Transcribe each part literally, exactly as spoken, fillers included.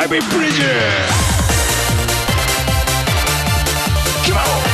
have a pleasure. Come on.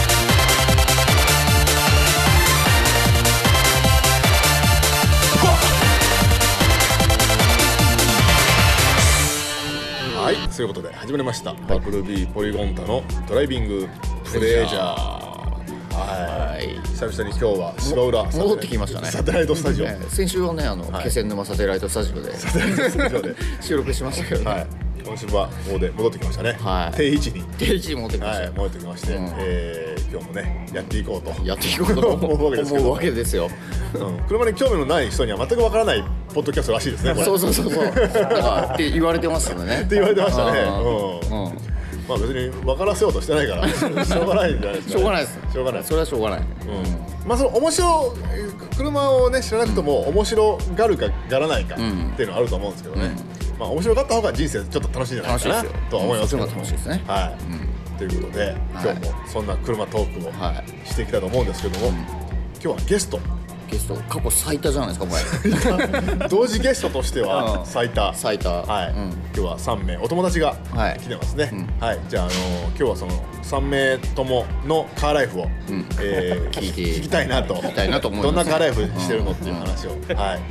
はい、そういうことで始まりましたバブルビーポリゴンタのドライビングプレジャー。はい、久々に今日は芝浦戻ってきましたね。 サテライトスタジオ、 ね、先週はねあの、はい、気仙沼サテライトスタジオでサテライトスタジオで収録しましたけど、ね、はい、 今週はここで戻ってきましたね、はい、定位置に定位置に戻ってきました、 はい、戻ってきまして、うん、えー、今日もねやっていこうとやっていこうと思うわけですけど思うわけですよ、 うん、車に興味のない人には全くわからないポッドキャストらしいですねこれ。 そうそうそうそうだからって言われてますよねって言われてましたね。うん、うん、まあ別に分からせようとしてないからしょうがないんじゃないですか、ね、 しょうがないですしょうがないそれはしょうがない、うん、 まあその面白車をね知らなくとも面白がるかがらないかっていうのはあると思うんですけどね、うん、まあ面白がった方が人生ちょっと楽しいんじゃないかなとは思いますけど、 楽しいですね、 はい、うん、ということで、はい、今日もそんな車トークをしていきたいと思うんですけども、はい、今日はゲストゲスト過去最多じゃないですかこれ同時ゲストとしては最多、うん、 最多、 はい、うん、今日はさんめいお友達が来てますね、はい、うん、はい、じゃあ、あのー、今日はそのさんめいとものカーライフを、うん、えー、聞, いて聞きたいなと聞きたいなと思います、 どんなカーライフしてるのっていう話を、うん、はい、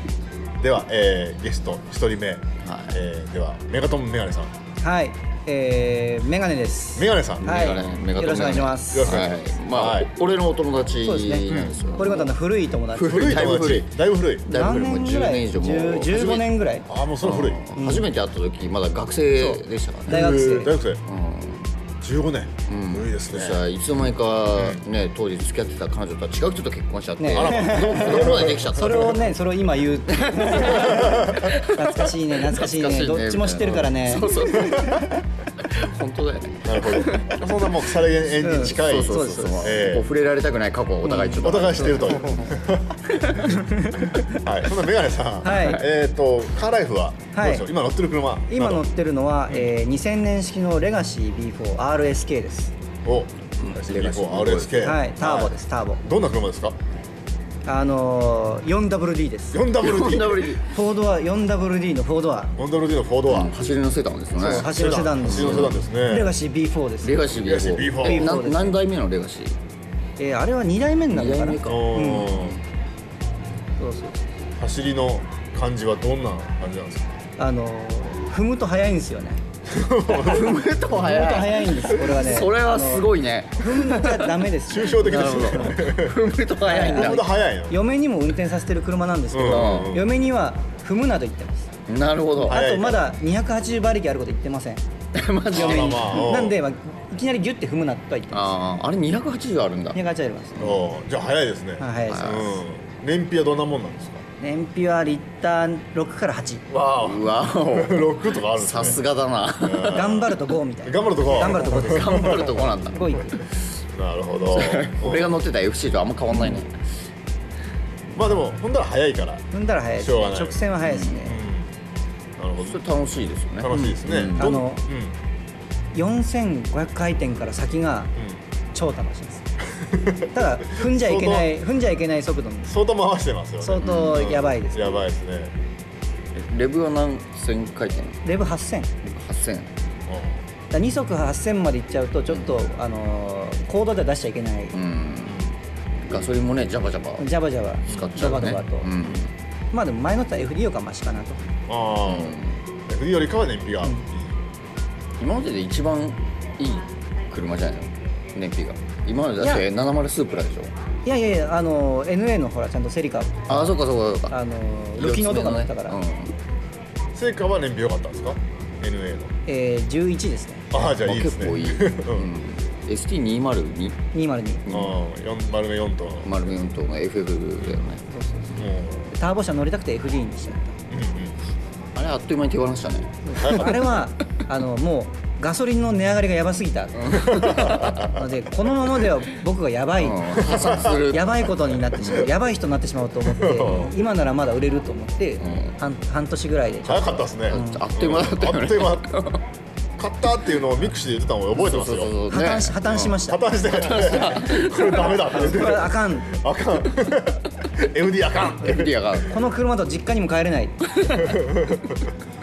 では、えー、ゲストひとりめ、はい、えー、ではメガトンメガネさん。 はい、えー、メガネです。 メガネさん、 はい、メガネよろしくお願いします。 よろしくお願いします。 はい、まあ、はい、俺のお友達なんですよ。 これまたの古い友達。 古い友達。だいぶ古い。 だいぶ古い。もうじゅうねん以上もうじゅうごねんぐらい。 ああ、もうそれ古い。 うん、初めて会った時まだ学生でしたからね。 大学生。 大学生。うん、じゅうごねん、うん、古いですね。 そしたらいつの間にかね、当時付き合ってた彼女とは違う人と結婚しちゃって、ね、 あら子供までできちゃった。 それをね、それを今言う懐かしいね、懐かしいね、どっちも知ってるからね。 そうそうそう本当だよね。 なるほど。そんなもう腐れ縁に近い、 うん、そうそうそうそう、えー、こう触れられたくない過去をお互いちょっと、 うん、お互い知ってるというはい、そんなメガネさん、はい、えっ、ー、とカーライフはどうでしょう、はい、今乗ってる車、 今乗ってるのは、うん、えー、にせんねん式のレガシー ビーフォーアールエスケー です。 お、レガシー ビーフォーアールエスケー、 はい、ターボです、ターボ。 どんな車ですか？ あのー、フォーダブリューディー です。 フォーダブリューディーフォードは フォーダブリューディー のフォードア。 フォーダブリューディー のフォードア、うん、 走りのセダンですね。 そう、走りのセダンです。 走りのセダンですね。 レガシー ビーフォー です。 レガシー ビーフォー。 ビーフォー。 な何代目のレガシー？ えー、あれはにだいめになるのかな。 にだいめか。 うん、そうそう。 走りの感じはどんな感じなんですか？ あのー、踏むと速いんですよね。 踏むと速い。 速いんです。これはね。 それはすごいね。 踏むじゃダメです。 抽象的ですね。 踏むと速いんだ。 踏むと速いの。 嫁にも運転させてる車なんですけど、うん、嫁には踏むなと言ってます。 なるほど。 あとまだにひゃくはちじゅうばりきあること言ってません。 マジ嫁に。なんで、まあ、いきなりギュッて踏むなとは言ってます。ああ、あれにひゃくはちじゅうあるんだ。 にひゃくはちじゅうあります。 お、じゃあ速いですね。 速いです。 うん。燃費はどんなもんなんですか？ 燃費はリッターろくからはち。 わーわーろくとかあるんですね。 さすがだな。 頑張るとごみたいな。 頑張るとご。 頑張るとごです。 頑張るとごなんだ。 ごいく。 なるほど。 俺が乗ってた エフシー とあんま変わんないね。 まあでも踏んだら速いから。 踏んだら速いですね。直線は速いですね。 なるほど。 それ楽しいですよね。 楽しいですね。 あのよんせんごひゃくかいてんから先が超楽しいです。ただ踏んじゃいけない踏んじゃいけない速度です。 相当回してますよね。 相当やばいです、 うん、やばいですね。 レブは何千回転？ レブはっせん。 はっせん。 だにそくはっせんまでいっちゃうとちょっと、うん、あのー、コードでは出しちゃいけない、うん、 ガソリンもねジャバジャバジャバジャバ使っちゃうね。 ドバドバと、うん、まあでも前乗った エフディー よりかマシかなと。 ああ、うん、エフディー よりかは燃費がいい、うん、 今までで一番いい車じゃないの燃費が。今までだってななじゅうスープラでしょ。 いやいやいや、あの エヌエー のほらちゃんとセリカ、 ああそうかそうかそうか、 あのルキノとか乗ったから、ね、 うん、セリカは燃費良かったんですか？ エヌエー のえー、じゅういちですね。 ああ、じゃあいいですね。 結構いい、うん、エスティーにひゃくににひゃくに、 うん、丸めよんトン丸めよんトンの エフエフ だよね。そうそうそう、 うん、ターボ車乗りたくて エフディー にしちゃった、うんうん、あれあっという間に手放したね。 あれはあのもうガソリンの値上がりがやばすぎたので、このままでは僕がやばい、うん、やばいことになってしまう、やばい人になってしまうと思って今ならまだ売れると思って、うん、半, 半年ぐらいで早かったですね、うん、 あっという間だったよね。 あっという間買ったっていうのをミクシーで言ってたのを覚えてますよ。 そうそうそう、ね、破綻し破綻しました。 破綻してこれダメだって言って、 これあかんあかんエフディー あかんエフディー あかん。 この車と実家にも帰れない。 エフ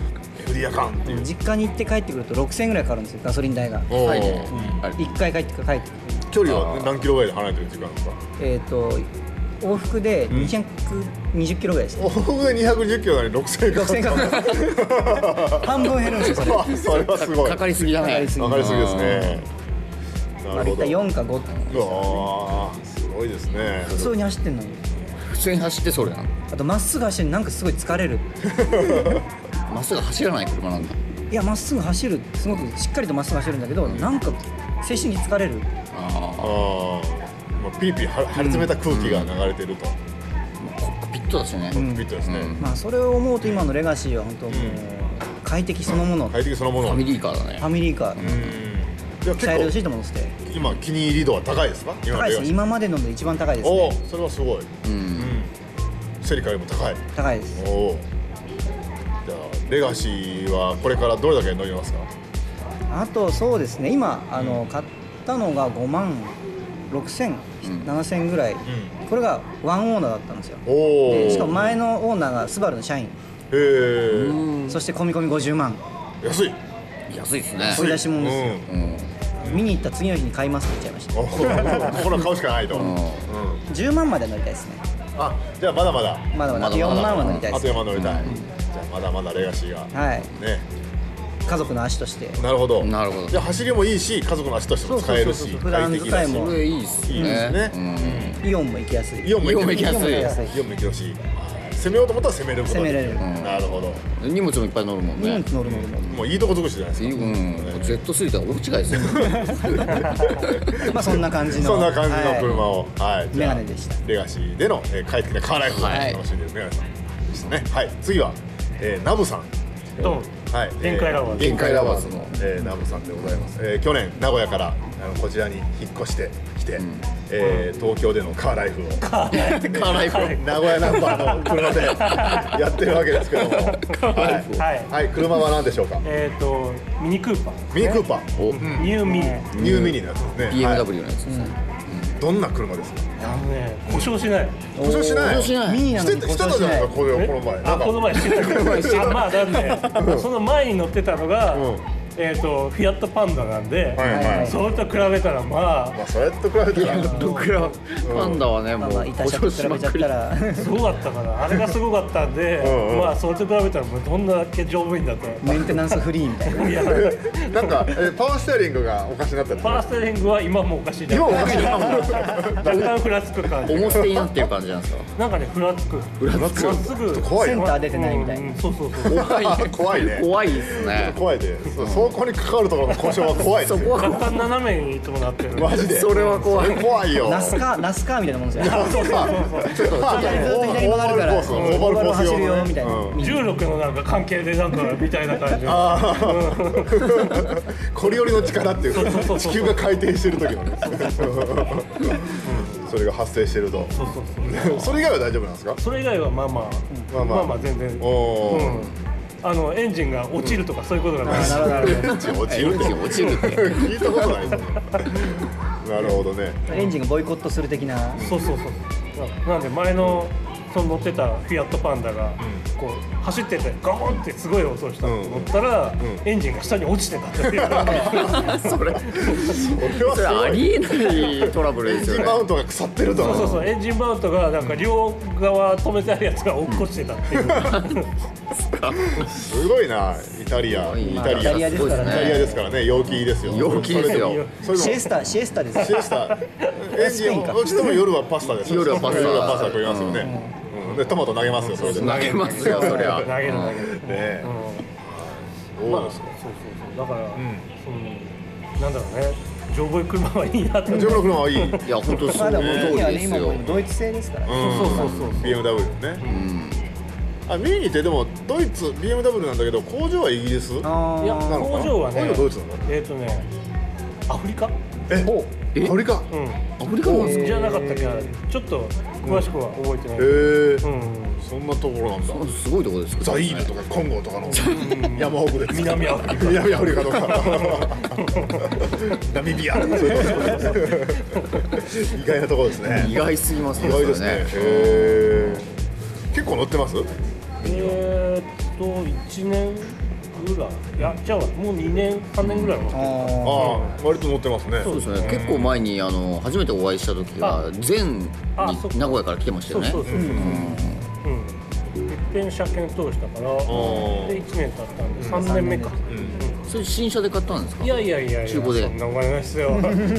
フリアカンっていう。 実家に行って帰ってくるとろくせんえんぐらいかかるんですよ、ガソリン代が。 おーはいねあれいっかい帰って帰ってくる。 距離は何キロぐらいで離れてる時間ですか？ えっと往復でにひゃくにじゅっキロぐらいですね。 往復でにひゃくじゅっキロなのにろくせんえんかかろくせんえんかかる半分減るんですよ、それ。 あそれはすごい。 かかりすぎだねかかりすぎわかりすぎですね。なるほど。 まあリッターよんかご。 うわーすごいですね。 普通に走ってんのに。 普通に走ってそれなのあとまっすぐ走るのなんかすごい疲れる。 まっすぐ走らない車なんだいやまっすぐ走るすごくしっかりとまっすぐ走るんだけど、なんか精神的に疲れる。 ああー、まあ、ピーピーは張り詰めた空気が流れてると。 あコックピットだしね、 コックピットですね。 うんまあそれを思うと今のレガシーは本当もう快適そのもの。 快適そのもの。 ファミリーカーだねファミリーカー。 うん。じゃあチャイルドシ結ートも乗せて。 構今気に入り度は高いですか？今高いですね。今までので一番高いですおね。 お、それはすごい。 うんうん。セリカよりも高い。 高いです。 おお。じゃあレガシーはこれからどれだけ乗りますか？ あとそうですね、今あの買ったのがごまんろくせん、ななせんぐらい、これがワンオーナーだったんですよ。 おお。 でしかも前のオーナーがスバルの社員、 へえ。 そして込み込みごじゅうまん、 安い。 安いですね掘り出し物ですよ。 うん見に行った次の日に買いますって言っちゃいましおーこれは買うしかないと。うん。 うんた。じゅうまんまで乗りたいですね。 あ、じゃあまだまだ。 まだまだあとまだまだよんまんは乗りたいあとです。 山乗りたい。じゃあまだまだレガシーがはい。 ね。 家族の足として。 なるほど。 なるほどじゃあ走りもいいし、家族の足としても使えるし、 そうそうそうそう普段快適だし使いもそれいいっすねいいですねうんイオンも行きやすい。 イオンもイオンも行きやすいイオンも行きやすい。攻めようと思ったら攻めれることができる。 攻めれるなるほど。 荷物もいっぱい乗るもんね荷物乗る乗る乗る。 もういいとこ尽くしじゃないですか。 うん ゼットスリー とは大違いですよまあそんな感じの。 そんな感じのはい車を、はい、じゃあメガネでしたレガシーでの、えー、快適なカーライフをはい楽しんでいるメガネさんでしたね。はい、次は、えー、ナブさん。 どうもはい、 限界ラバーズ限界ラバーズの、えー、ナブさんでございます。えー、去年名古屋からあのこちらに引っ越してきて、えー、東京でのカーライフをカーライフ名古屋ナンバーの車でやってるわけですけども、はい、 はいはい、車は何でしょうか？ えっとミニクーパーミニクーパー、 おニューミニニューミニのやつですね。 ビーエムダはブリュー のやつですねい、どんな車ですか？ あのね故障しない故障しない。 故障しないミニなのにしてしてたじゃないですか、これこの前。なんかあこの前してたあまあだってその前に乗ってたのが、 うんえっとフィアットパンダなんで、 はいはい。 それと比べたらまあまあそうやって比べたら。 僕らパンダはねもうまあまあいた故車と比べちゃっ障しまくりたらすごかったからあれがすごかったんでうんうんまあそれと比べたらもうどんだけ乗務員だったらメンテナンスフリーみたいな。 いやなんか、えーパワーステアリングがおかしになったり。 パワーステーリングは今もおかしいな今おかしいな。 若干ふらつく感じ重捨てになってる感じなんですかなんかねふらつくふらつくまっすぐ怖いなセンター出てないみたいなうんうんそうそうそう怖い怖いね。 怖いですね怖いで。そう走行に関わるところの故障は怖いですよ。 そこは若干斜めにいつもなってるマジで。 それは怖いそれ怖いよ。 ナスカーナスカーみたいなもんですよ。 そうそう。ちょっと左ずっと左曲がるからオーバールコース、オーバールコース用走るよのねみたいなうん重力のなんか関係でなんかみたいな感じのあーコリオリの力っていうそうそうそう地球が回転してる時のねそれが発生してるとそうそうそうそれ以外は大丈夫なんですか？ それ以外はまあまあまあまあまあまあ全然おーうんあのエンジンが落ちるとかそういうことがないなるほどなるほど。 エンジン落ちるって落ちるって聞いたことないですねなるほどね。 エンジンがボイコットする的な。 そうそうそうなんで前のその乗ってたフィアットパンダがこう走っててガーンってすごい音をしたと思ったらエンジンが下に落ちてたっていうそれそれはすそれあごい。 りえないトラブルエンですよねジンマウントが腐ってるとそうそうそうエンジンマウントがなんか両側止めてあるやつが落っこちてたっていうすごいな。イタリアイまあタリアイタリアですからねイタリアですからね。陽気ですよ。 陽気ですよそれでもシエスタシエスタです。 シエスタエンジン落ちても夜はパスタです。 夜はパスタ夜はパスタ食いますよね。うんでトマト投げますよそれで。 投げますよそりゃ投げる投げるねうんまあそうですか。 そうそうそうだからそのなんだろうね乗務車はいいなって自分の車はいい。 いや本当そまあでの通もミニはねりですよ今もうドイツ製ですから。 うんそうそうそうそうビーエムダブリュー ね。あミニってでもドイツ ビーエムダブリュー なんだけど工場はイギリス。 あいやなのかな工場はね工場ドイツなの？ えっとねアフリカええアフリカ。 うんアフリカなんですかじゃなかったっけなちょっと詳しくは覚えてないへえうんそんなところなんだ。 すごいところですけどザイールとかコンゴとかの山奥です。 南アフリカ南アフリカとかナミビアとかそういうとこ意外なところですね。 意外すぎます意外ですね。へえ結構乗ってます？ えーっといちねんぐらいいや違うわもうにねんさんねんぐらい乗ってるああ割と乗ってますね。 そうですね、結構前にあの初めてお会いした時は全にあそう名古屋から来てましたよね。 そうそうそうそううんいっぺん車検通したからでいちねん経ったんでさんねんめかそれ新車で買ったんですか？ いやいやいやいや中古でそんなお金ないっすよ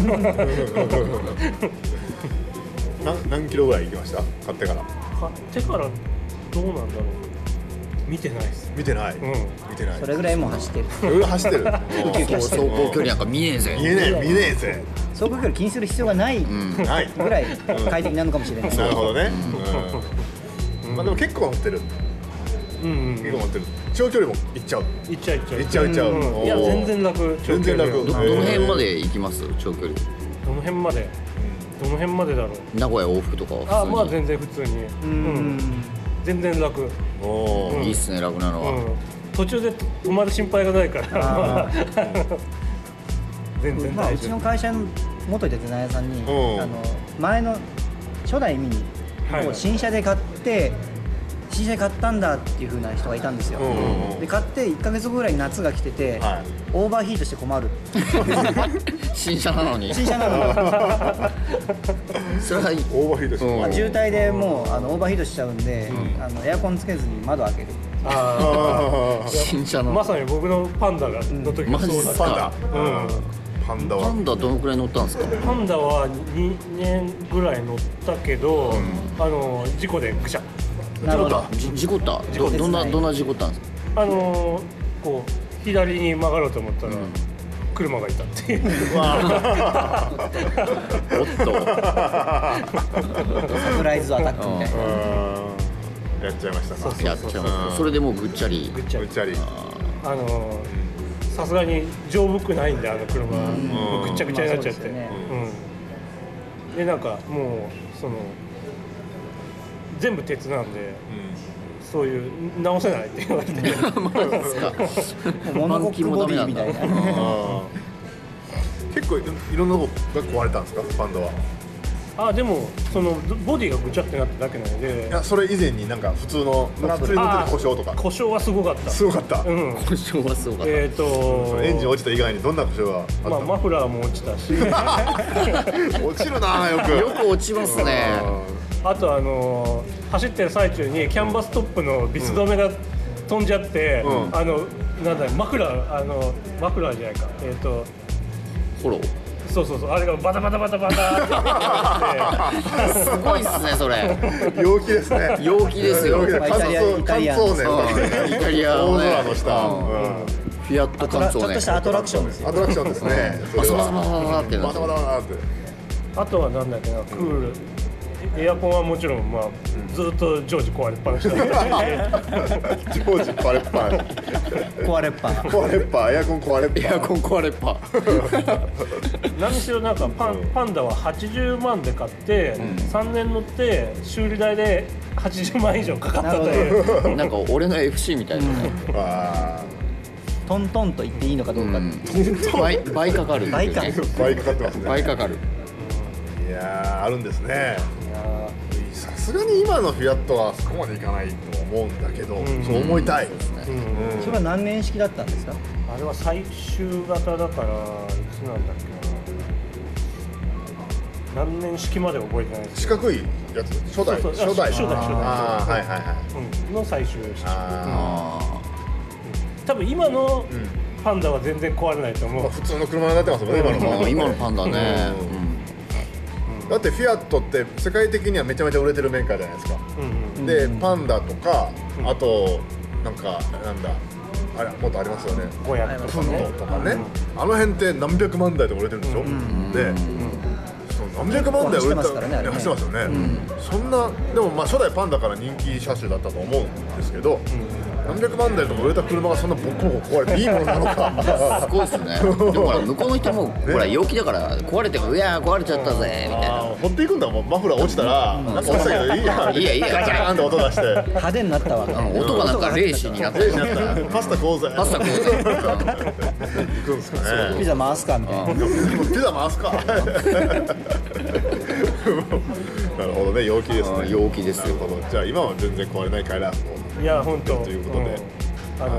何何キロぐらい行きました？買ってから買ってからどうなんだろう見てないっす見てない、 うん見てないそれぐらいもう走ってるそれぐらい走ってるウキウキ走って走る行距離なんか見えねえぜ。 見えねえ見ねえぜ走行距離気にする必要がないぐないらい快適なのかもしれない。 なるほどね、うんまあでも結構乗ってるうんうん結構乗ってる長距離も行っちゃういっちゃういっちゃう行っちゃう行っちゃう、 んおーいや全然楽全然楽どどの辺まで行きます？長距離どの辺までどの辺までだろう名古屋往復とかは普通に。 あまあ全然普通にううんん全然楽おーいいっすね、楽なのは。 うん途中で止まる心配がないからあ全然まあうち大丈夫の会社の元いたデザイナーさんにうんあの前の初代ミニはいを新車で買って新車で買ったんだっていう風な人がいたんですよ。 うんうんうんで買っていっかげつごぐらい夏が来てて、 はいオーバーヒートして困る新車なのに。 新車なのに、 それはいい。 オーバーヒートしてうんまあ、渋滞でもうあのオーバーヒートしちゃうんで、あのエアコンつけずに窓開ける。 ああ新車の。 ーまさに僕のパンダがの時はマジっすそうだっか。 パンダたうんパンダはパンダどのくらい乗ったんですか？ パンダはにねんぐらい乗ったけど、あの事故でぐしゃなるほど。 じ事故った事故どどんなどんな事故ったんですか？ あのこう左に曲がろうと思ったら、車がいたっていうおっと。 サプライズアタックみたいな。 うんやっちゃいましたかやっちゃいます。それでもうぐっちゃり。 ぐっちゃりうっちゃりあのさすがに丈夫くないんであの車もうぐっちゃぐちゃになっちゃって、 まあそうですよねうんでなんかもうその全部鉄なんでそういう直せないって言われてマジっすか。 モノコックボディみたいな。 あー結構いろんなとこが壊れたんですかパンダは。 あでもそのボディがぐちゃってなっただけなのでいやそれ以前になんか普通の普通に乗ってる故障とか故障はすごかったすごかった、 うん故障はすごかった。 えっ、とエンジン落ちた以外にどんな故障があったまあ、 の、 マフラーも落ちたし落ちるなよくよく落ちますね。 あとあのー走ってる最中にキャンバストップのビス止めが飛んじゃって、 うんあのなんだマフラーあのマフラーじゃないかえっ、とフォロー。 そうそうそうあれがバタバタバタバタってすごいっすね、それ。 陽気ですね陽気ですよ。 陽気だまあイタリア関イタリア東関東うんイタリアのね大空の下、 うんうんフィアットアトラちょっ関東ね。 としたアトラクションですよ。 アトラクションですねそバサれはバサバサバサってなってバタバタバタってあとはなんだっけなクールエアコンはもちろん、まあ、ずっと常時壊れっぱなしだったし常時壊れっぱ壊れっぱ。 壊れっぱエアコン壊れっぱエアコン壊れっぱ。 何しろなんかパンパンダははちじゅうまんで買って、さんねん乗って修理代ではちじゅうまん以上かかったというなんか俺の エフシー みたいなね。 あトントンと言っていいのかどうか。 うん倍倍かかる。 倍かー倍かかってますね倍かかる。 いやーあるんですねいやさすがに今のフィアットはそこまでいかないと思うんだけど、 んそう思いたい、 ーうんそれは何年式だったんですか。 あれは最終型だからいつなんだっけな何年式まで覚えてないですけど四角いやつ初代そうそう初代初代初代あーはいはいはいうんの最終式ああ多分今のー、うんパンダは全然壊れないと思うまあ、普通の車になってますもんね、今のあ。 も今のパンダね。 だってフィアットって世界的にはめちゃめちゃ売れてるメーカーじゃないですか、 うんうんでパンダとかあとなんかなんだあれもっとありますよねごひゃくとフンかねトとかね、あの辺って何百万台とか売れてるんでしょ、で、その何百万台売れた結構走ってますからねあれね走ってますよね、そんなでもまあ初代パンダから人気車種だったと思うんですけど、何百万台とか売れた車がそんなボッコボコ壊れていいものなのかすごいっすね。でもほら向こうの人もほら陽気だから壊れてもいやー壊れちゃったぜみたいな。 あー放っていくんだもんマフラー落ちたら、なんか落ちたけどいいやいいやいいやガチャーンって音出して派手になったわ。 うん音がなんかレーシーになってる。 パスタ食おうぜパスタ食おうぜ。 行くんですかねピザ回すかみたいな。 ピザ回すかなるほどね陽気ですねうん陽気ですよなるほどじゃあ今は全然壊れないカイラーいや本当ということでうんあの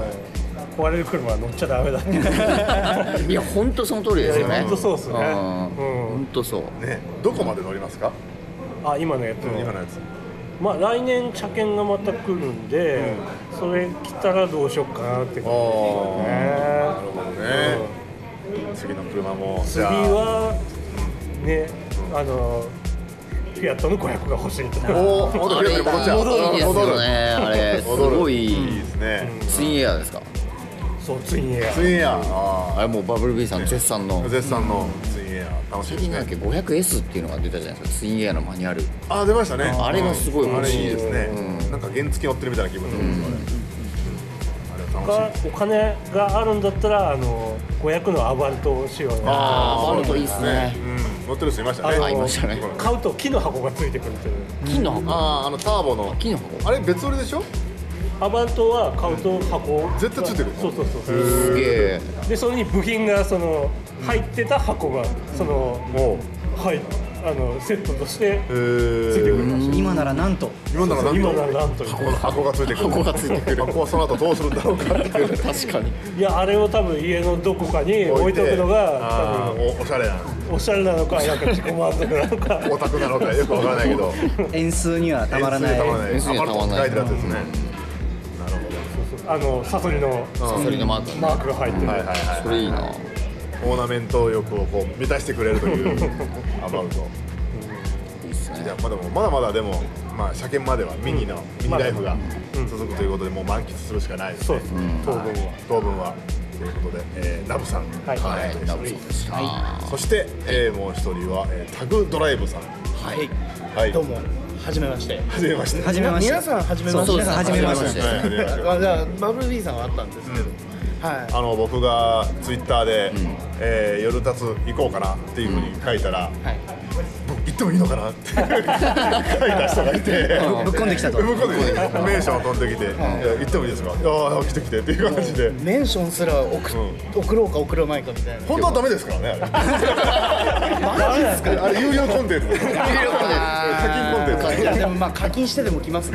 壊れる車は乗っちゃダメだっていや本当その通りですよね。 本当そうですね。うん本当そうね、どこまで乗りますか？ あ今のやつ今のやつ。 まあ来年車検がまた来るんで、うん、それ来たらどうしようかなって感じですよね。 なるほどね、うん、次の車も次はね、うん、あのフィアットのごひゃくが欲しいと。 おお、戻る戻っちゃう。 戻るいいですよね。あれすごいいいですね。 ツインエアですか？ そうツインエア。 ツインエア。ああれもうバブルビーさん絶賛の絶賛のツインエア楽しいですね。 なんだっけ ごひゃくエス っていうのが出たじゃないですか。ツインエアのマニュアル。 あ出ましたね。 あれがすごい欲しいですね。なんか原付乗ってるみたいな気分なんですよね。 お金があるんだったらあのごひゃくのアバルト仕様。 ああアバルトいいですね。 乗ってる人いましたね。 あいましたね。 買うと木の箱がついてくるという。 木の箱。 あああのターボの木の箱。 あれ別売りでしょ？ アバルトは買うと箱絶対ついてる。 そうそうそう。 すげえ。 でそれに部品がその入ってた箱がそのはいあのセットとしてついてくるらしい。 今ならなんと今ならなんと今ならなんと箱がついてくる。 箱がついてくる。 箱はその後どうするんだろうかっていう。 確かに。 いやあれを多分家のどこかに置いとくのが多分おしゃれなおしゃれなのかなんか自己満足なのかオタクなのかよくわからないけど円数にはたまらない。 円数にはたまらない。アパルトって書いてるやつですね。なるほど。 あのサソリのサソリのマークマークが入ってる。 はいはいはい。 それいいな。 オーナメント欲をこう満たしてくれるというアバウト。 いいっすね。 じゃあまだまだまだでもまあ車検まではミニのミニライフが続くということでもう満喫するしかないですね。 そうですね。当分は当分はということで、えー、ナブさんはいはいナブさんでした。 そして、えー、もう一人は、えー、タグドライブさん。 はいはいどうもはじめまして。 はじめまして。 はじめまして。 皆さんはじめまして。 そう皆さんはじめまして。 はいはじめましてあじゃあバブル B さんはあったんですけど、はい。 あの僕がツイッターで、えー夜立つ行こうかなっていうふうに書いたら、 はい。 僕行ってもいいのかなって書いた人がいて、 ぶっこんできたと。 向こうでメンション飛んできて、いや行ってもいいですか？いや来て来てっていう感じで。 メンションすら送,、送ろうか送らないかみたいな。 本当はダメですからね。 マジですか？ あれ有料コンテンツ。有料コンテンツ。課金コンテンツ。 いやでもまあ課金してでも来ますね。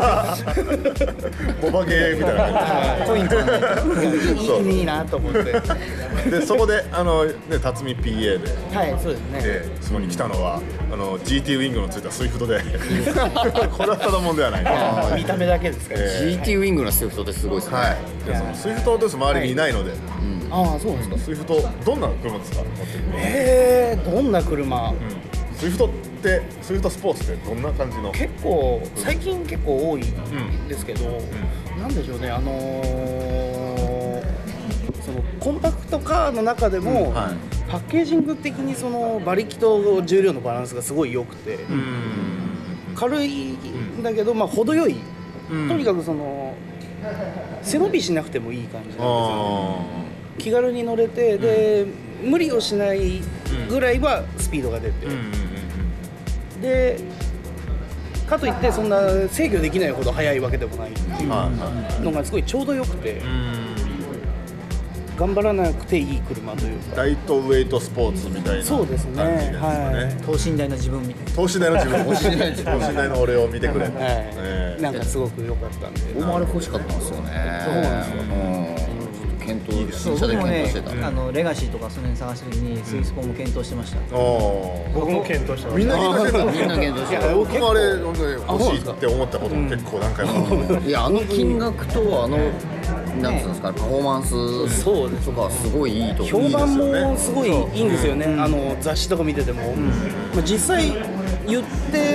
ボバゲーみたいな感ポイントがない。 いいいいなと思って。 じでそこであのね辰巳 ピーエー で。 はいそうですね。 でそこに来たのはあの ジーティー ウィングのついたスイフトでこれはただもんではない。 見た目だけですから。 えージーティー ウィングのスイフトってすごいですね。 はい。でそのスイフトです周りにいないので、 ああそうなんですか。 スイフトどんな車ですか？持ってる。 えー、どんな車？ うんスイフトってスイフトスポーツってどんな感じの？ 結構最近結構多いんですけど、なんでしょうねあのー、そのコンパクトカーの中でも、 うんはいパッケージング的にその馬力と重量のバランスがすごい良くて、軽いんだけど、まあ、程よい、 うんとにかくその背伸びしなくてもいい感じなんですよ、 あ気軽に乗れて、で無理をしないぐらいはスピードが出て、 ーうんうんうんでかといってそんな制御できないほど速いわけでもないっていうはいはのがすごいちょうどよくて、 うん頑張らなくていい車というか。 ライトウェイトスポーツみたいなそうですね感じですかはいね。 等身大の自分みたいな。 等身大の自分、等身大等身大の俺を見てくれ。 はいええなんかすごく良かったんで。 僕もあれ欲しかったんですよね。 そうなんですようん検討そう新車で僕もね検討してた。 あのレガシーとかその辺探してる時にスイスポも検討してました。 おー僕も検討してます。 みんな検討してた。 みんな検討してた。 僕もあれ本当に欲しいって思ったことも結構何回も。 いやあの金額とあのなんつうんですかねパフォーマンスそうですとかすごいいいと思う。 評判もすごいいいんですよね、あの雑誌とか見てても、まあ、実際言って、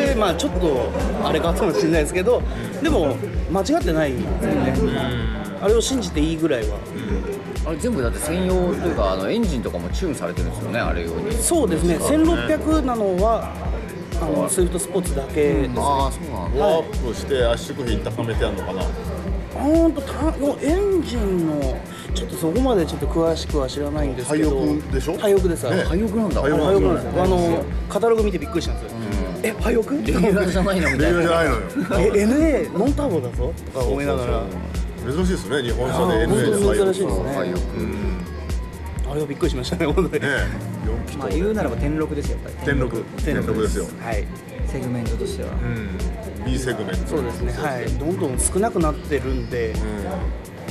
まあ、ちょっとあれかもしれないですけど、でも間違ってないですよね、あれを信じていいぐらいは。 あれ全部だって専用というかあのエンジンとかもチューンされてるんですよねあれ用に。 そうですね、せんろっぴゃくなのはあのスイフトスポーツだけですね、 ああそうなんだ。 ワープして圧縮比高めてやるのかな。 ほんとたエンジンのちょっとそこまでちょっと詳しくは知らないんですけど、 廃屋でしょ廃屋です、 ね廃廃屋なんだ。 廃屋屋なんですよ、あのカタログ見てびっくりしたんですよ、え廃屋レギュラーじゃないのみたいな。 レギュラーじゃないのよ。 え エヌエー ノンターボだぞとか思いながら、 珍しいですね日本車で エヌエー で本当に珍しいねですね、 廃屋。 あれはびっくりしましたね、本当に。 よん気まあ筒言うならば天禄ですよやっぱり。 天禄天禄ですよ。 はい、 セグメントとしては。 うん B セグメント。 そうですね、はい、どんどん少なくなってるんで、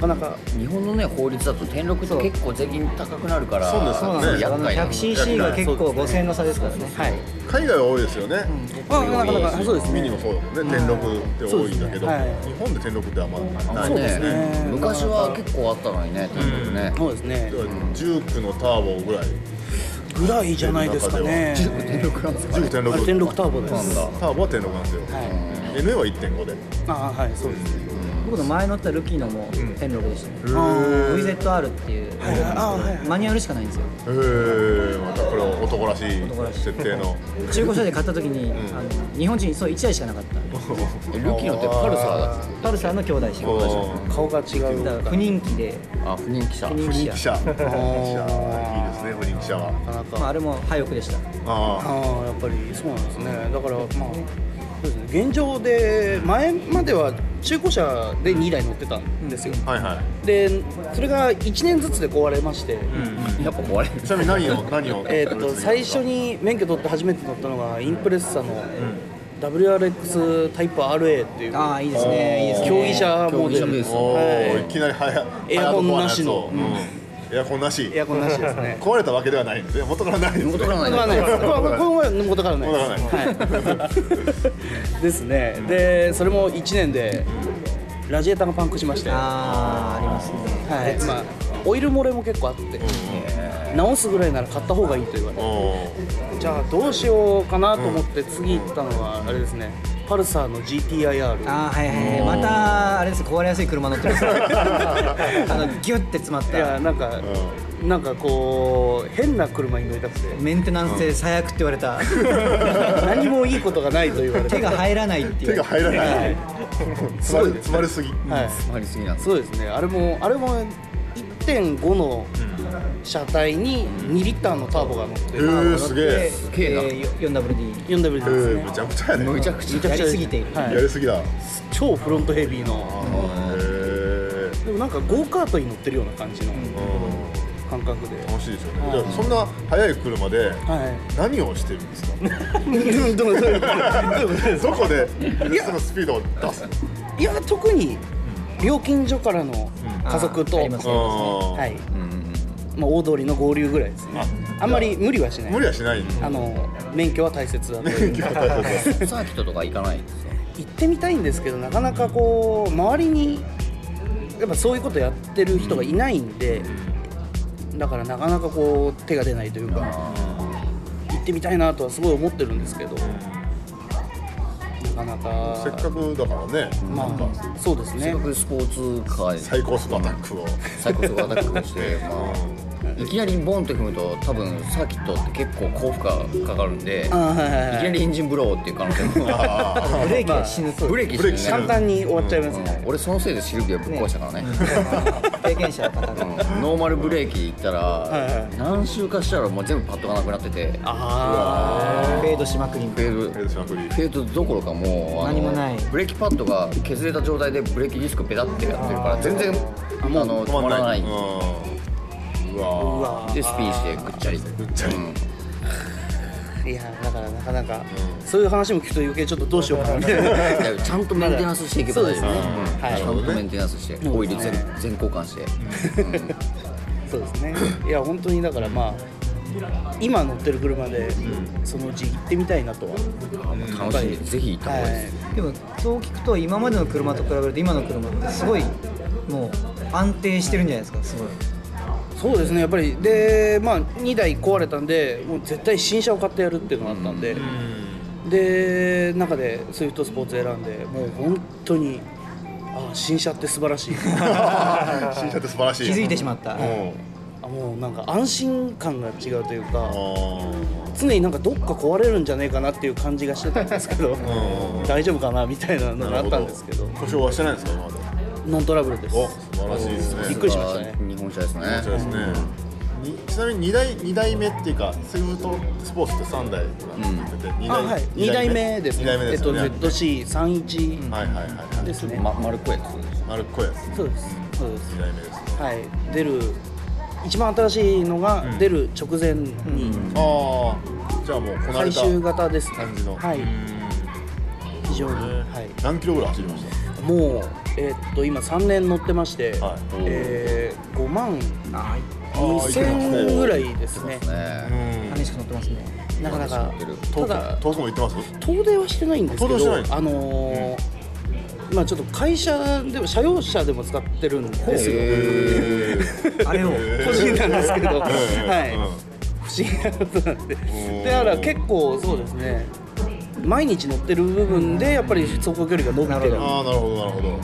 かなか日本のね法律だと転録って結構税金高くなるからそうですそうなんですよ。あの ひゃくシーシー が結構ごせんえんの差ですからね。 はい海外は多いですよね、 まあなかなかそうですねミニもそうだもんね、転録って多いんだけど、 はい日本で転録ってあんまないそうですね。 ね昔は結構あったのにね転録ねそうですねジュークのターボぐらい、 ぐらいじゃないですかね。 ジューク転録なんですか、ジューク転録、 転録ターボです。 ターボは転録なんですよ、 はい、 エヌエー は いってんご で、 ああはいそうですね。 僕の前乗ったルキーのも転録でしたね。 あブイゼットアール っていうあはいマニュアルしかないんですよ。 へえ、またこれ男らしい男らしい設定の中古車で買った時に、あの日本人そういちだいしかなかったんで。 えルキーノってパルサーだっパルサーの兄弟車。 あ顔が違う。 だから不人気でたあ不人気車不人不人気車。 気車いいですね、不人気車は。 なかなかまああれも廃屋でした。 あああやっぱりそうなんですね。だからまあそうですね。現状で前までは中古車でにだい乗ってたんですよ。 あ、はいはい。 でそれがいちねんずつで壊れまして、 やっぱ壊れるちなみに何を何をえーっと最初に免許取って初めて乗ったのがインプレッサの ダブリューアールエックス タイプ アールエー っていうああいいですね。いいですね。 競技車モデル競技車ベースおー、 はいいきなりはやエアコンなしのうんエアコンなしエアコンなしですね。 壊れたわけではないんですね、元からないんですね、 元からない元からないです。これこれこれ元からない元からないはい。ですね。でそれもいちねんでラジエーターがパンクしまして、はああありますね。 い。まあオイル漏れも結構あって、直すぐらいなら買った方がいいと言われて、 おーじゃあどうしようかなと思って次行ったのはあれですね。パルサーの ジーティーアイアール。 ああはいはいはい。またあれです壊れやすい車乗ってるんですよ。あのギュッて詰まっいやたなんかなんかこう変な車に乗りたくてメンテナンスで最悪って言われた。 何もいいことがないと言われて手が入らないっていう。 手が入らない詰まる詰まりすぎはい。 詰まりすぎなんですそうですね。あれもあれも いってんご の車体ににリッターのターボが乗ってへるーすげえでげえなえー よんダブリューディーよんダブリューディーですねえーむちゃくちゃやねむちゃくちゃめちゃくちゃやりすぎているはいやりすぎだへ超フロントヘビーのーでもなんかゴーカートに乗ってるような感じのうん感覚で、 楽しいですよね。じゃあそんな速い車ではい何をしてるんですかどうどういうことどこでそのスピードを出すのいや特に料金所からの加速と、 あーありますねはい、 うんまあ、大通りの合流ぐらいですね。あんまり無理はしない無理はしないあの免許は大切だと免許は大切だサーキットとか行かないんですよ行ってみたいんですけどなかなかこう周りにやっぱそういうことやってる人がいないんで、だからなかなかこう手が出ないというか行ってみたいなとはすごい思ってるんですけどなかなかせっかくだからね、 まあそうですねせっかくスポーツカーで最高速アタックを最高速アタックをして、まあ、いきなりボンって踏むと多分サーキットって結構高負荷かかるんで、 あーはいはいいはいきなりエンジンブローっていう可能性もブレーキが死ぬとブレーキブレーキしてね簡単に終わっちゃいますね、 うん俺そのせいでシルビアぶっ壊したからね経験者の方がうんノーマルブレーキいったら、 いはい何周かしたらもう全部パッドがなくなっててあフェードしまくりフェードフェードしまくりフェードどころかもうあの何もないブレーキパッドが削れた状態でブレーキディスクペタってやってるから全然あの止まらないうんうわあでスピンしてぐっちゃりぐっちゃりいやだからなかなか、そういう話も聞くと余計ちょっとどうしようかなみたいなちゃんとメンテナンスしていけば大丈夫そうですねうんはいちゃんとメンテナンスしてオイル全全交換してそうですねいや本当にだからまあ今乗ってる車で、そのうち行ってみたいなとは、 楽しいぜひ行った方がいいですでもそう聞くと今までの車と比べると今の車ってすごいもう安定してるんじゃないですかすごいそうですねやっぱりでまあにだい壊れたんでもう絶対新車を買ってやるっていうのがあったんで、で中でスイフトスポーツ選んでもう本当にあ新車って素晴らしい新車って素晴らしい気づいてしまったうんあもうなんか安心感が違うというかあ常になんかどっか壊れるんじゃねえかなっていう感じがしてたんですけどん大丈夫かなみたいなのがあったんですけど故障はしてないんですか今までノントラブルですお素晴らしいですねびっくりしましたね日本車ですねそうですねにちなみににだいに代目っていうかスイフトスポーツってさんだいなんて言っててにあはいにだいめですにねえっと代目ですよねゼットシーさんじゅういちはいはいはいはいですねま丸っこいや丸っこいやつそうですそうですに代目ですねはい出る一番新しいのが出る直前にああじゃあもうこなれた最終型ですね感じのはい非常にはい何キロぐらい走りましたもうえーっと今さんねん乗ってまして、 はいえー、ごまんあにせんぐらいですね。 ねあ激しく乗ってますね。 なかなか遠くただ遠くも行ってます遠出はしてないんですけ遠出はしてないど、あのーまあちょっと会社でも車用車でも使ってるんですよ。 へーあれを個人なんですけど、はえい、不思議なことなんで。だから結構そうですね。毎日乗ってる部分でやっぱり走行距離が伸びてる。 ああなるほどなるほど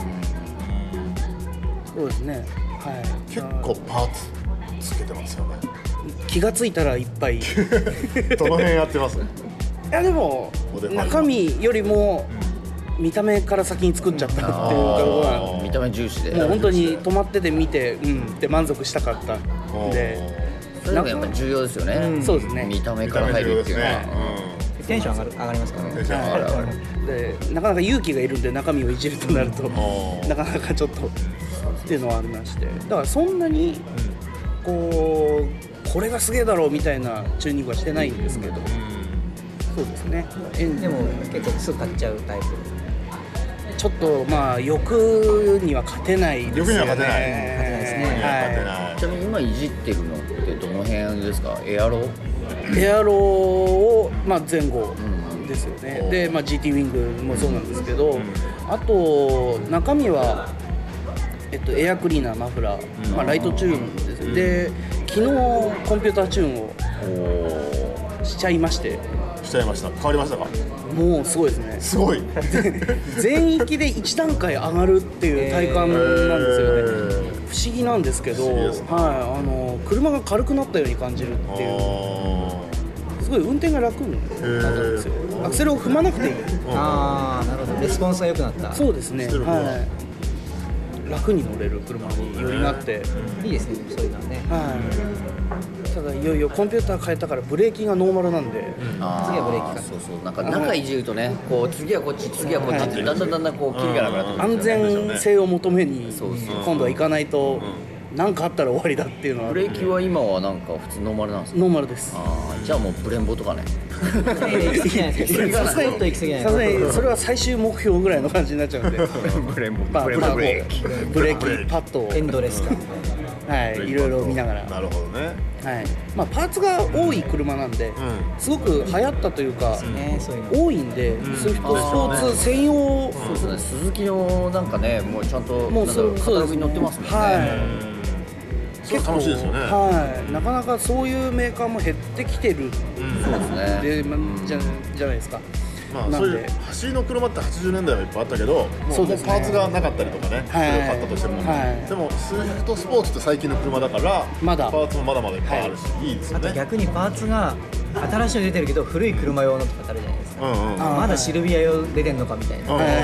そうですね。はい。 結構パーツつけてますよね気がついたらいっぱい。いどの辺やってますやでもおでこあります中身よりも見た目から先に作っちゃったっていうところがあー見た目重視でもう本当に止まってて見てうんって満足したかったんで、 それがやっぱ重要ですよね、 うんそうですね。 見た目見たから目重要です入るっていうのは、 ねテンション上がる上がりますからね。 うんテンション上がる上がるでなかなか勇気がいるんで中身をいじるとなるとーなかなかちょっとっていうのはありまして、だからそんなにこうこれがすげえだろうみたいなチューニングはしてないんですけど、そうですね。エンでも結構すぐ買っちゃうタイプ。 ちょっとまあ欲には勝てないですよね。 欲には勝てない勝てないですね勝てはないちなみに今いじってるのってどの辺ですか？エアロ？ い。エアロをまあ前後ですよね。 うんでまあ ジーティー ウィングもそうなんですけど、あと中身はえっとエアクリーナーマフラー、まあライトチューンです。で昨日コンピューターチューンをしちゃいまして、 しちゃいました変わりましたかもうすごいですね。 すごい全域でいち段階上がるっていう体感なんですよね。 へー不思議なんですけど、 不思議ですねはい、あの車が軽くなったように感じるっていう、 あすごい運転が楽になったんですよ。アクセルを踏まなくていい。 ああなるほど。レスポンスが良くなった。 そうですね。 してるかはい。楽に乗れる車によりなって、 いいですねそういうのはね。 はい。ただいよいよコンピューター変えたからブレーキがノーマルなんで、 あ次はブレーキかそうそう、なんか中いじるとね、こう次はこっち次はこっちってだんだんだんだんこうキリがなくなってくるん安ですよね。 全性を求めにそうそう今度は行かないと何かあったら終わりだっていうのはブレーキは今はなんか普通ノーマルなんですか？ ノーマルです。 ああ、じゃあもうブレンボとかね。 行き過ぎないですか。 さすがにちょっと行き過ぎないさすがにそれは最終目標ぐらいの感じになっちゃうんでブレンボまあブレンボまあブレーキ。 ブレーキパッドをエンドレスか。 はいいろいろ見ながら、 なるほどねはいまあ、パーツが多い車なんで、すごく流行ったというか、 ねそういうの。 多いんで、スイフトスポーツ専用そうですね、鈴木のなんかね、もうちゃんともうなんそうそうですかカタログに載ってますもんね。 はいすごい楽しいですよねはい、なかなかそういうメーカーも減ってきてるそうですね。 で、まじゃじゃないですか。 まあなんでそういう走りの車ってはちじゅうねんだいはいっぱいあったけどもうそうですねもうパーツがなかったりとかねそはいれを買ったとしてもはいでもスイフトスポーツって最近の車だからまだパーツもまだまだいっぱいあるしいいですよねあと逆にパーツが新しいの出てるけど古い車用のとかってあるじゃないですか。 うんうんあまだシルビア用出てんのかみたいな。 うんうんうん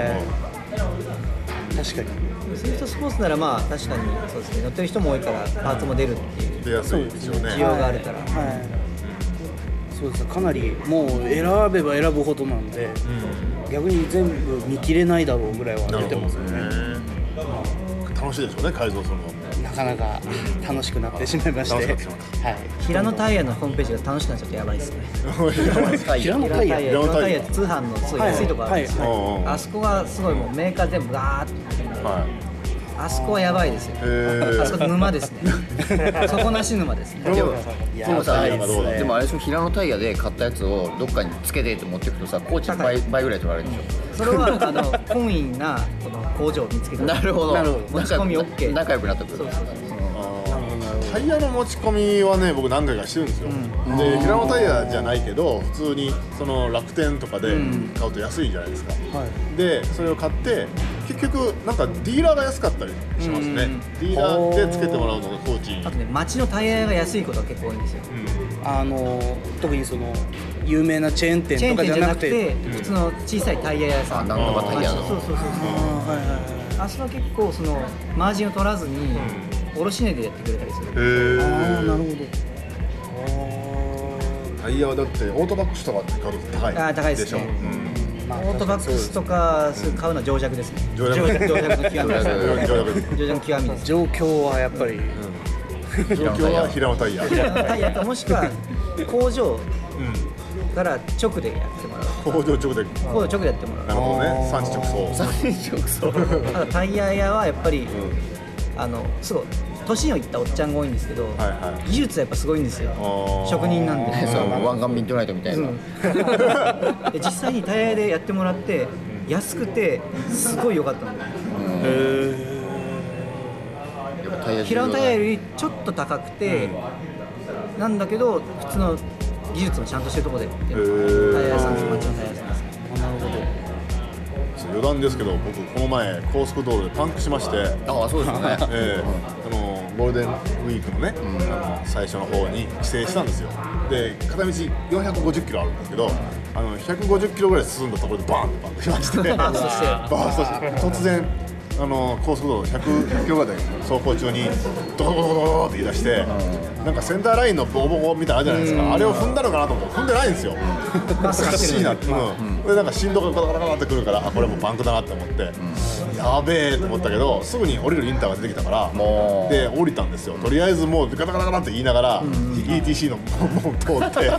確かにスイフトスポーツならまあ確かにそうですね乗ってる人も多いからパーツも出るっていう出やすいですよね需要があるから。 はい、そうですかなりもう選べば選ぶほどなんで、逆に全部見切れないだろうぐらいは出てますよね。 楽しいでしょうね改造するのなかなか楽しくなってしまいまして、 楽しくなってしはい。 平野タイヤのホームページが楽しくなっちゃってやばいですね。 平野タイヤ平野タイヤって通販のすごい安いとこあるんですよ。 はいはいはいあそこがすごいもうメーカー全部ガーッと出てるんではいあそこはやばいですよ。 へーあそこ沼ですね。底なし沼ですね。 でもやでもさばいですねでもあれでしょ、平野タイヤで買ったやつをどっかにつけてって持っていくとさ、工賃倍倍ぐらい取られるでしそれはあの本院がこの工場を見つけょ。 た。 なるほど。 なるほど持ち込み OK 仲良くなってくる。 そうそうタイヤの持ち込みはね僕何回かしてるんですよ、で平野タイヤじゃないけど普通にその楽天とかで買うと安いじゃないですか、 はいでそれを買って結局なんかディーラーが安かったりしますね、ディーラーでつけてもらうのが工賃あとね町のタイヤが安いことが結構多いんですよ。 あの特にその有名なチェーンチェーン店とかじゃ店じゃなくてなくて、 普通の小さいタイヤ屋さん。 あなんとかタイヤのそうそうそうそう。 あはいはいはいあそこは結構そのマージンを取らずに卸値でやってくれたりする。 へああなるほど。 タイヤはだってオートバックスとかって買うと高いあー高いですねしょ、うんまあオートバックスとかそう買うのは情弱ですね。 情弱情弱の極みです。 上々 情弱の極みです。 状況はやっぱり、 状況は平野タイヤタイヤかもしくは工場から直でやってもらう。 工場直で。 工場直でやってもらう。 なるほどね。産地直送。 産地直送ただタイヤ屋はやっぱり、うん、あのすごい年をいったおっちゃんが多いんですけど、はいはい、技術はやっぱすごいんですよ。職人なんで。 そう湾岸ミッドナイトみたいな、うん、 で実際にタイヤ屋でやってもらって安くてすごい良かったんだよ。へー。平尾タイヤよりちょっと高くて、うん、なんだけど普通の技術もちゃんとしてるところでタイヤ屋さんです。町のタイヤ屋さんです。なるほど。 余談ですけど、僕この前高速道路でパンクしまして。 ああ、そうですね。 えー、あのゴールデンウィークのね、うん、あの最初の方に帰省したんですよ。で片道よんひゃくごじゅっキロあるんですけど、あのひゃくごじゅっキロぐらい進んだところでバーンとパンクしましてバーストしてバーストして突然あの高速道路ひゃくキロぐらいで走行中にドコドコドコドコって言い出して、なんかセンターラインのボコボコみたいなのあるじゃないですか。あれを踏んだのかなと思って踏んでないんですよ。おかしいなって。うんでなんか振動がガタガタガタってくるから、あこれもうパンクだなって思って、うん、やべえと思ったけどすぐに降りるインターが出てきたからで降りたんですよ。とりあえずもうガタガタガタって言いながら、うん、イーティーシー の門を通って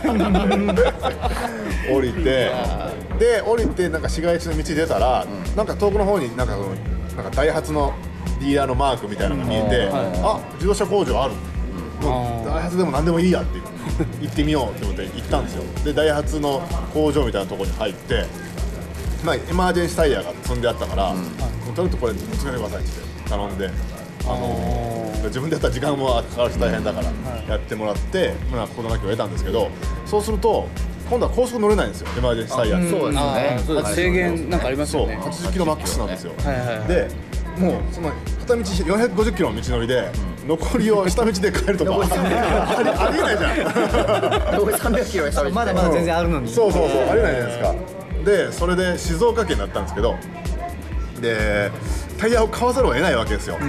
降りてで降りてなんか市街地の道出たら、うん、なんか遠くの方になんかなんかダイハツのディーラーのマークみたいなのが見えて、うん、あ自動車工場ある、うん、もうダイハツでも何でもいいやって行ってみようって思って行ったんですよ。でダイハツの工場みたいなところに入って、まあ、エマージェンシータイヤが積んであったから、うん、とりあえずこれつけてくださいって頼んで、あのー、自分でやったら時間もかかるし大変だからやってもらって、うんまあ、心なきを得たんですけど、そうすると今度は高速乗れないんですよ、エマージェンシータイヤって。 そうですね、 制限なんかありますよね。 そうはちじゅっキロマックスなんですよ。でもうその片道よんひゃくごじゅっキロの道のりで、うん、残りを下道で帰るとかありえないじゃん。 残りさんびゃくキロ下道まだまだ全然あるのに、 うん、そうそうそうありえないじゃないですか。でそれで静岡県だったんですけど、でタイヤを買わざるを得ないわけですよ、うん、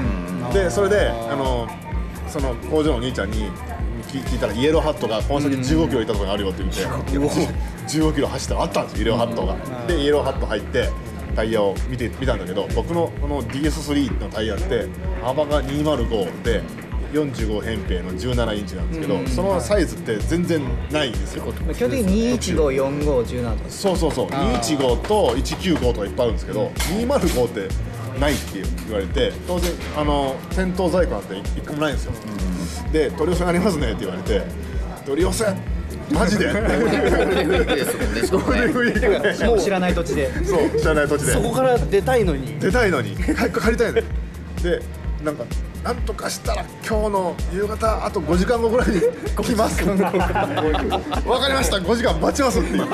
でそれであのその工場のお兄ちゃんに聞いたらイエローハットがこの先じゅうごキロ行ったところにあるよって言って、うん、じゅうごキロ走ったらあったんですよイエローハットが、うん、でイエローハット入ってタイヤを見て見たんだけど、僕のこの ディーエススリー のタイヤって幅がにひゃくごでよんじゅうご扁平のじゅうななインチなんですけど、うん、そのサイズって全然ないんですよ。 基本的ににひゃくじゅうご、よんじゅうご、じゅうななとか。 そうそうそうにひゃくじゅうごといちきゅうごとかいっぱいあるんですけど、にひゃくごってないって言われて、当然あの店頭在庫なんていっこもないんですよ、うん、で取り寄せありますねって言われて、取り寄せマジでゴールデンウィークですもんね。ゴールデンウィークでもう知らない土地でそう知らない土地でそこから出たいのに出たいのに早く借りたいのにでなんかなんとかしたら今日の夕方あとごじかんごぐらいに来ますわかりましたごじかん待ちますって言って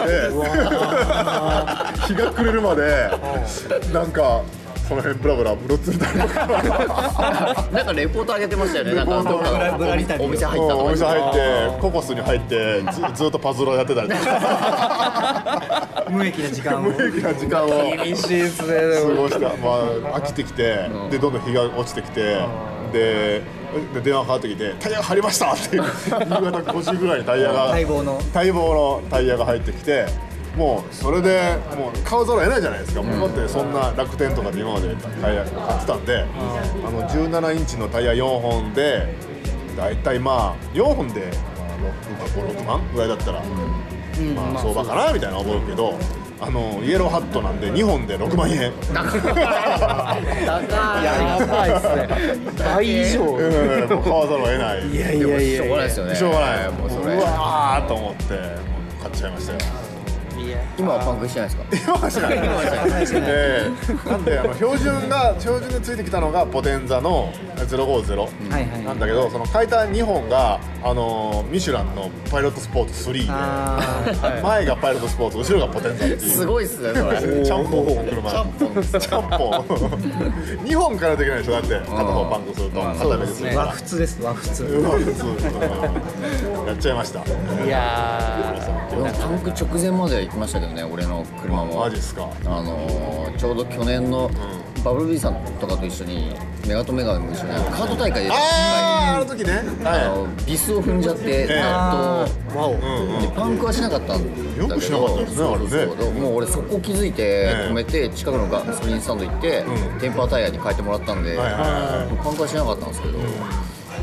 日が暮れるまでなんかこの辺ブラブラブロッツみたいななんかレポート上げてましたよね。なんかお店入ったとかお店入ってココスに入ってず, ずっとパズルをやってたり無益な時間を無益な時間を厳しいですね過ごした。まあ飽きてきてでどんどん日が落ちてきてでで電話かかってきてタイヤが入りましたって夕方ごじぐらいにタイヤが待望の待望のタイヤが入ってきて、もうそれでもう買わざるを得ないじゃないですか、うん、もうだってそんな楽天とかで今までタイヤ買ってたんで、うん、あのじゅうななインチのタイヤよんほんでだいたいまあよんほんでろくかご、ろくまんぐらいだったら、うん、まあ相場かなみたいな思うけど、あのイエローハットなんでにほんでろくまんえん高いやばいっすね倍以上もう買わざるを得ない。 いやいやいやしょうがないですよね。 しょうがないもうそれうわーと思ってもう買っちゃいましたよ。 今はパンクしてないですか？ 今はしないえー、なんであの標準が標準でついてきたのがポテンザのゼロごゼロなんだけど、その書いたにほんがあのミシュランのパイロットスポーツスリーで前がパイロットスポーツ後ろがポテンザっていうすごいっすねそれ。 ちゃんぽんの車ちゃんぽんちゃんぽんにほんからできないでしょ。だって片方パンクすると片目でするから和普です和普通和普通やっちゃいました。 いやーパンク直前まで行きましたけどね、俺の車も。 マジっすか。 あのー、ちょうど去年のバブル B さんとかと一緒にメガトメガでも一緒にカート大会であーあの時ね、 あのビスを踏んじゃってやっと、 わお、うんうん、 でパンクはしなかったんだけど、 よくしなかったですねあれね。 もう俺そこ気づいて止めて近くのガソリンスタンド行って、うん、テンパータイヤに変えてもらったんで、はいはいはい、パンクはしなかったんですけど、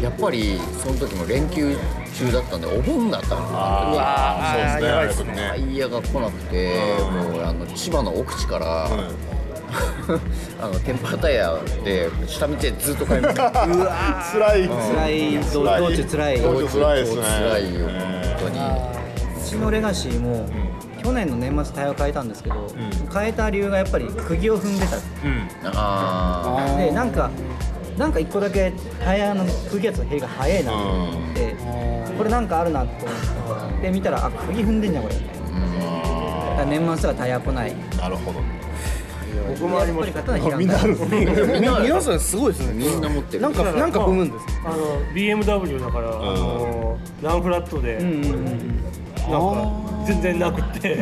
やっぱりその時も連休中だったんでお盆だったのかあうわーそうですねやばいっすねな。タイヤが来なくて、もうあの千葉の奥地から、あのテンパータイヤで下道でずっと帰りましたうわ辛い辛い道辛い道中辛い道中辛いですね辛いよ本当に。 うちのレガシーも、去年の年末タイヤを変えたんですけど、変えた理由がやっぱり釘を踏んでた。 うんあでなんかなんか一個だけタイヤの釘やつの減りが早いなと思って、これなんかあるなと思って見たら、あ釘踏んでんじゃんこれ、だから年末はタイヤ来ない。 なるほど僕もありました。 やっぱり刀みんなあるんですねみ皆さんすごいですね。 みんな持ってる。 なんかなんか踏むんです。 あの ビーエムダブリュー だから、あのランフラットで、 うんうんうんなんか全然なくて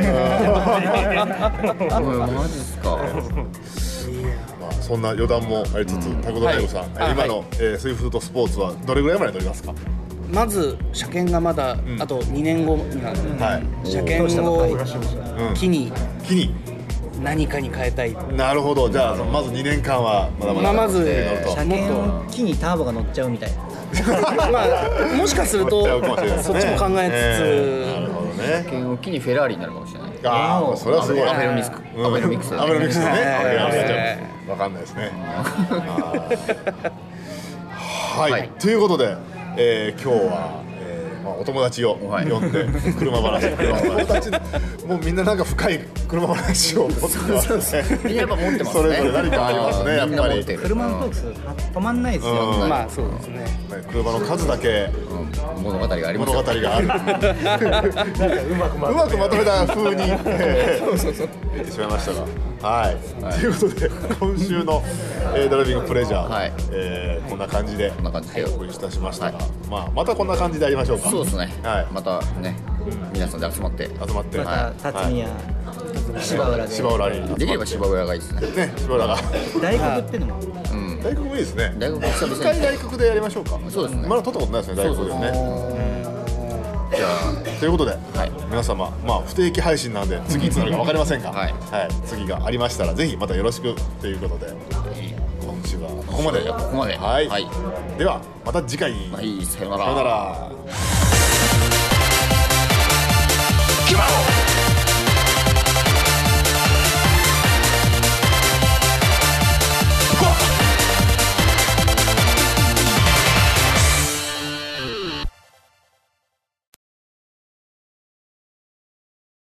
マジっすか。 まあそんな余談もありつつ、タクドライブさん、 はい今の、えー、スイフトスポーツはどれぐらいまで取りますか？ まず車検がまだあとにねんごになるんで、 はい車検をうん機に木に何かに変えたい。 なるほど。じゃあそのまずにねんかんはまだまだまあまず乗ると車検を機にターボが乗っちゃうみたいな。 まあもしかすると乗っちゃうかもしれないですそねっちも考ええーなるつほどね。 剣を機にフェラーリになるかもしれない。 ああそれはすごい。 アベノミクスうんアベノミクスアベノミクスね。 えーアベノミクスわかんないですね。はい、 はいということで、えー、今日は、えーまあ、お友達を呼はいんで車話、友達もうみんななんか深い車話を持ってますね。 みんなやっぱ持ってますね。 それぞれ何かありますねやっぱりみんな持ってる車のトークス止まんないですよ。 うんまあそうですね。 ね車の数だけうん物語がありますよ。 物語がある。 うまくまうまくまとめた風にえー言ってしまいましたが、はい。ということで今週の、えー、ドライビングプレジャー、 はいえーこんな感じでこんな感じでお送りいたしましたが、 はいまあまたこんな感じでやりましょうか。 そうですね。 はい。 またね、皆さんで集まって、 集まって、 まはた辰巳や芝浦い、 で芝浦にできれば芝浦がいいですね。 ね芝浦が大学ってのもうん。 大学もいいですね。 大学久々に一回大学でやりましょうか。 そうですねまだ撮ったことないですね大学でね。じゃあということで、 はい皆様まあ不定期配信なんで次いつなるか分かりませんが、 はい次がありましたらぜひまたよろしくということで今週はここまで。 ここまで。 はい。 はい。 ではまた次回。 はい、さよなら。 さよなら。 決まろう